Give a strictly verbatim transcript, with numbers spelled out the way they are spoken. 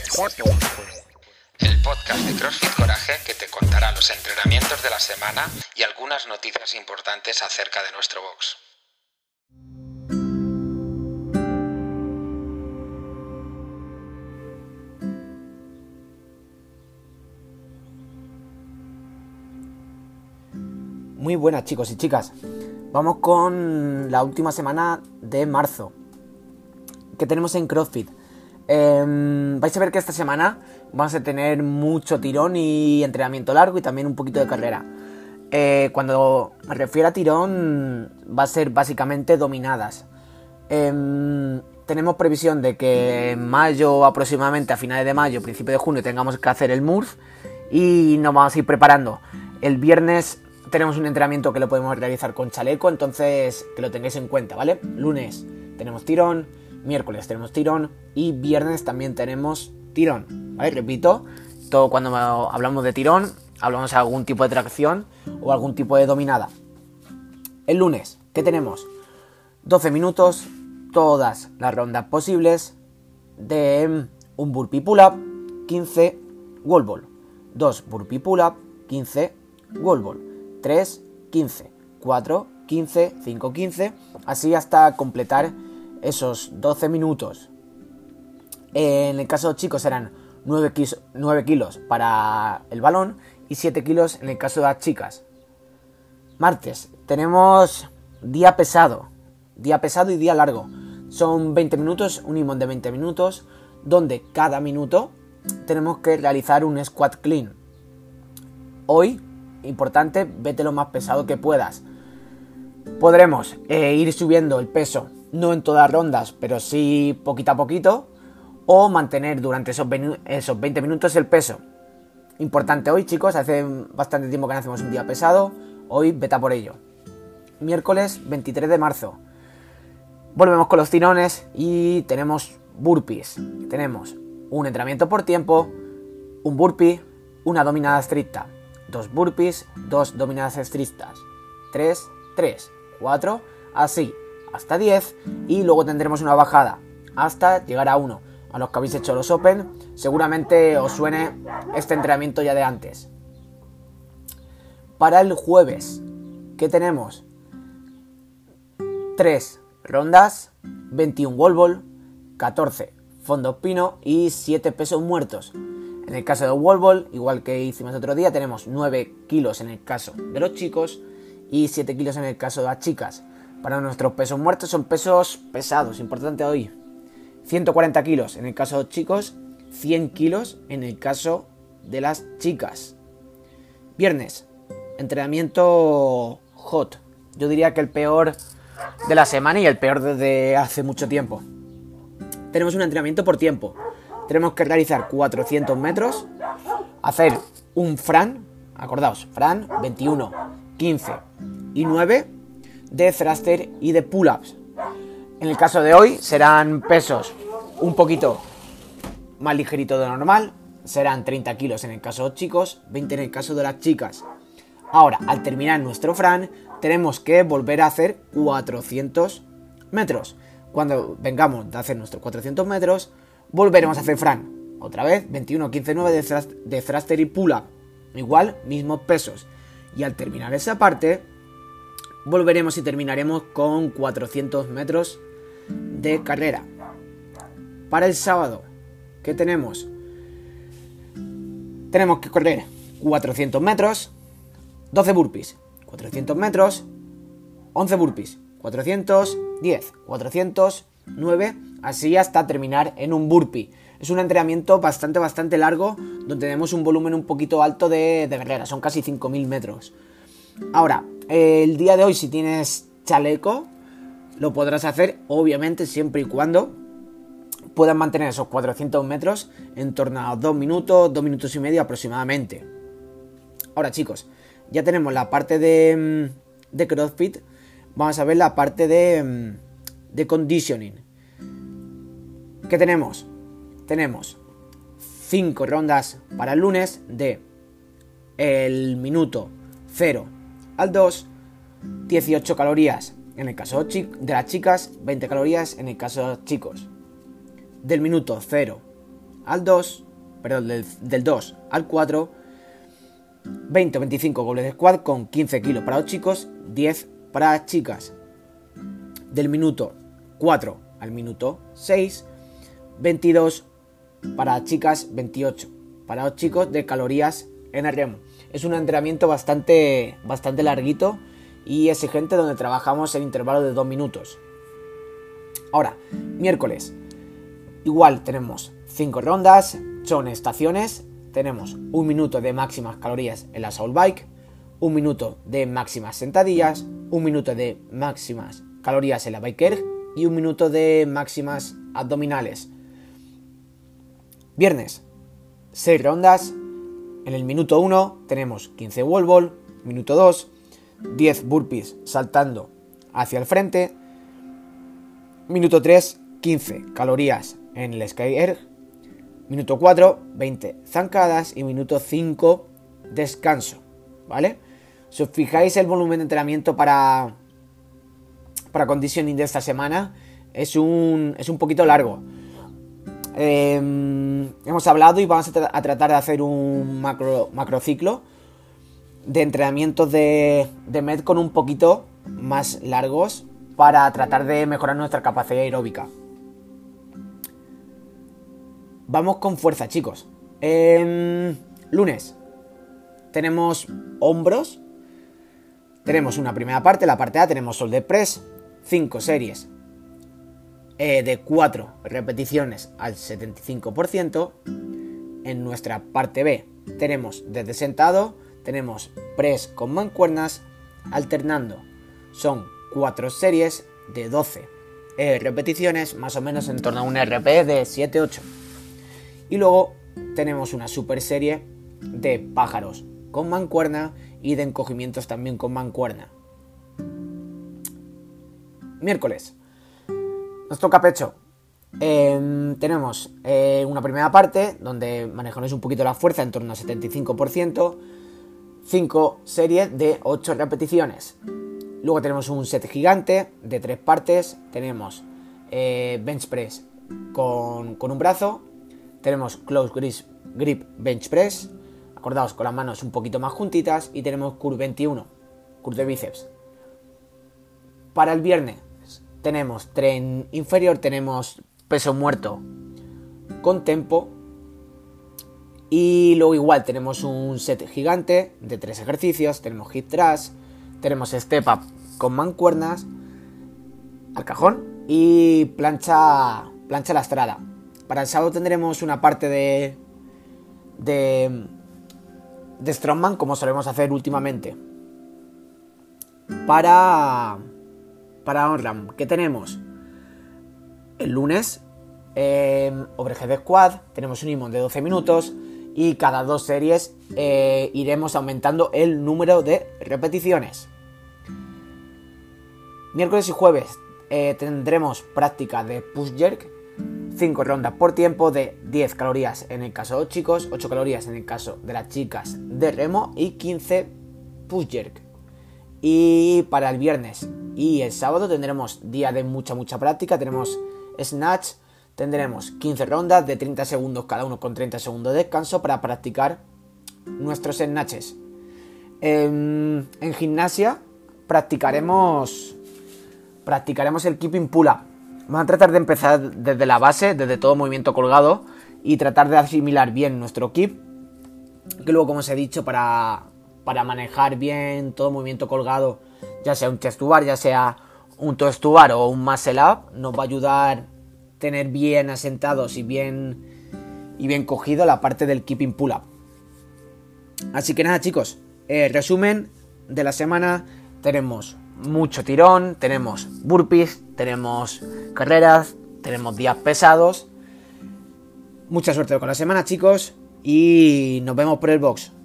El podcast de CrossFit Coraje que te contará los entrenamientos de la semana y algunas noticias importantes acerca de nuestro box. Muy buenas, chicos y chicas. Vamos con la última semana de marzo que tenemos en CrossFit. Eh, vais a ver que esta semana vamos a tener mucho tirón y entrenamiento largo y también un poquito de carrera. Eh, cuando me refiero a tirón, va a ser básicamente dominadas. Eh, tenemos previsión de que en mayo, aproximadamente a finales de mayo, principio de junio, tengamos que hacer el M U R F y nos vamos a ir preparando. El viernes tenemos un entrenamiento que lo podemos realizar con chaleco, entonces que lo tengáis en cuenta, ¿vale? Lunes tenemos tirón, miércoles tenemos tirón y viernes también tenemos tirón, ¿vale? Repito, todo cuando hablamos de tirón, hablamos de algún tipo de tracción o algún tipo de dominada. El lunes, ¿qué tenemos? doce minutos, todas las rondas posibles de un burpee pull-up, quince wall ball, dos burpee pull-up, quince wall ball, tres, quince, cuatro, quince, cinco, quince, así hasta completar esos doce minutos. En el caso de los chicos serán nueve kilos para el balón y siete kilos en el caso de las chicas. Martes tenemos día pesado, día pesado y día largo. Son veinte minutos, un imón de veinte minutos, donde cada minuto tenemos que realizar un squat clean. Hoy, importante, vete lo más pesado que puedas. Podremos eh, ir subiendo el peso, no en todas las rondas, pero sí poquito a poquito, o mantener durante esos veinte minutos el peso. Importante hoy, chicos, hace bastante tiempo que no hacemos un día pesado, hoy vete a por ello. Miércoles veintitrés de marzo, volvemos con los tirones y tenemos burpees. Tenemos un entrenamiento por tiempo, un burpee, una dominada estricta. Dos burpees, dos dominadas estrictas, tres, tres, cuatro, así, hasta diez, y luego tendremos una bajada hasta llegar a uno. A los que habéis hecho los Open, seguramente os suene este entrenamiento ya de antes. Para el jueves, ¿qué tenemos? tres rondas, veintiuno wall ball, catorce fondo pino y siete pesos muertos. En el caso de wall ball, igual que hicimos otro día, tenemos nueve kilos en el caso de los chicos y siete kilos en el caso de las chicas. Para nuestros pesos muertos son pesos pesados, importante hoy. ciento cuarenta kilos en el caso de los chicos, cien kilos en el caso de las chicas. Viernes, entrenamiento hot. Yo diría que el peor de la semana y el peor desde hace mucho tiempo. Tenemos un entrenamiento por tiempo. Tenemos que realizar cuatrocientos metros, hacer un Fran, acordaos, Fran, veintiuno, quince y nueve de thruster y de pull-ups. En el caso de hoy serán pesos un poquito más ligeritos de lo normal, serán treinta kilos en el caso de los chicos, veinte en el caso de las chicas. Ahora, al terminar nuestro Fran, tenemos que volver a hacer cuatrocientos metros. Cuando vengamos de hacer nuestros cuatrocientos metros, volveremos a hacer Fran. Otra vez, veintiuno, quince, nueve de, thrust, de thruster y pull-up. Igual, mismos pesos. Y al terminar esa parte, volveremos y terminaremos con cuatrocientos metros de carrera. Para el sábado, ¿qué tenemos? Tenemos que correr cuatrocientos metros, doce burpees, cuatrocientos metros, once burpees, cuatrocientos, diez, cuatrocientos, nueve, así hasta terminar en un burpee. Es un entrenamiento bastante, bastante largo, donde tenemos un volumen un poquito alto de, de carrera, son casi cinco mil metros. Ahora, eh, el día de hoy, si tienes chaleco, lo podrás hacer, obviamente, siempre y cuando puedas mantener esos cuatrocientos metros en torno a dos minutos, dos minutos y medio aproximadamente. Ahora, chicos, ya tenemos la parte de, de CrossFit, vamos a ver la parte de, de conditioning. ¿Qué tenemos? Tenemos cinco rondas para el lunes de el minuto cero al dos, dieciocho calorías en el caso de las chicas, veinte calorías en el caso de los chicos. Del minuto cero al dos, perdón, del, del dos al cuatro, veinte o veinticinco goles de squad con quince kilos para los chicos, diez para chicas. Del minuto cuatro al minuto seis, veintidós para chicas, veintiocho para los chicos de calorías en el remo. Es un entrenamiento bastante, bastante larguito y exigente, donde trabajamos en intervalos de dos minutos. Ahora, miércoles, igual tenemos cinco rondas, son estaciones. Tenemos un minuto de máximas calorías en la Soul Bike, un minuto de máximas sentadillas, un minuto de máximas calorías en la Bike Erg y un minuto de máximas abdominales. Viernes, seis rondas. En el minuto uno tenemos quince wall ball, minuto dos, diez burpees saltando hacia el frente, minuto tres, quince calorías en el Sky Erg, minuto cuatro, veinte zancadas y minuto cinco descanso, ¿vale? Si os fijáis, el volumen de entrenamiento para, para conditioning de esta semana es un, es un poquito largo. Eh, hemos hablado y vamos a, tra- a tratar de hacer un macro, macrociclo de entrenamientos de, de M E D con un poquito más largos para tratar de mejorar nuestra capacidad aeróbica. Vamos con fuerza, chicos. Eh, lunes tenemos hombros. Tenemos una primera parte, la parte A, tenemos shoulder press, cinco series eh, de cuatro repeticiones al setenta y cinco por ciento. En nuestra parte B tenemos desde sentado, tenemos press con mancuernas alternando. Son cuatro series de doce eh, repeticiones, más o menos en torno a un R P E de siete ocho. Y luego tenemos una super serie de pájaros con mancuerna y de encogimientos también con mancuerna. Miércoles nos toca pecho. Eh, tenemos eh, una primera parte donde manejamos un poquito la fuerza en torno al setenta y cinco por ciento, cinco series de ocho repeticiones. Luego tenemos un set gigante de tres partes. Tenemos eh, bench press con, con un brazo. Tenemos close grip, grip bench press, acordaos, con las manos un poquito más juntitas. Y tenemos curl veintiuno, curl de bíceps. Para el viernes tenemos tren inferior, tenemos peso muerto con tempo. Y luego igual tenemos un set gigante de tres ejercicios. Tenemos hip thrust, tenemos step up con mancuernas al cajón y plancha, plancha lastrada. Para el sábado tendremos una parte de, de, de Strongman, como solemos hacer últimamente. Para, para OnRAM, ¿qué tenemos? El lunes, eh, overhead squat, tenemos un imón de doce minutos y cada dos series eh, iremos aumentando el número de repeticiones. Miércoles y jueves eh, tendremos práctica de push jerk, cinco rondas por tiempo de diez calorías en el caso de los chicos, ocho calorías en el caso de las chicas de remo y quince push jerk. Y para el viernes y el sábado tendremos día de mucha mucha práctica. Tenemos snatch, tendremos quince rondas de treinta segundos cada uno con treinta segundos de descanso para practicar nuestros snatches. En, en gimnasia practicaremos practicaremos el keeping pull-up. Vamos a tratar de empezar desde la base, desde todo movimiento colgado, y tratar de asimilar bien nuestro keep, que luego, como os he dicho, para, para manejar bien todo movimiento colgado, ya sea un chest to bar, ya sea un toes to bar o un muscle up, nos va a ayudar tener bien asentados y bien, y bien cogido la parte del keeping pull-up. Así que nada, chicos, eh, resumen de la semana: tenemos mucho tirón, tenemos burpees, tenemos carreras, tenemos días pesados. Mucha suerte con la semana, chicos, y nos vemos por el box.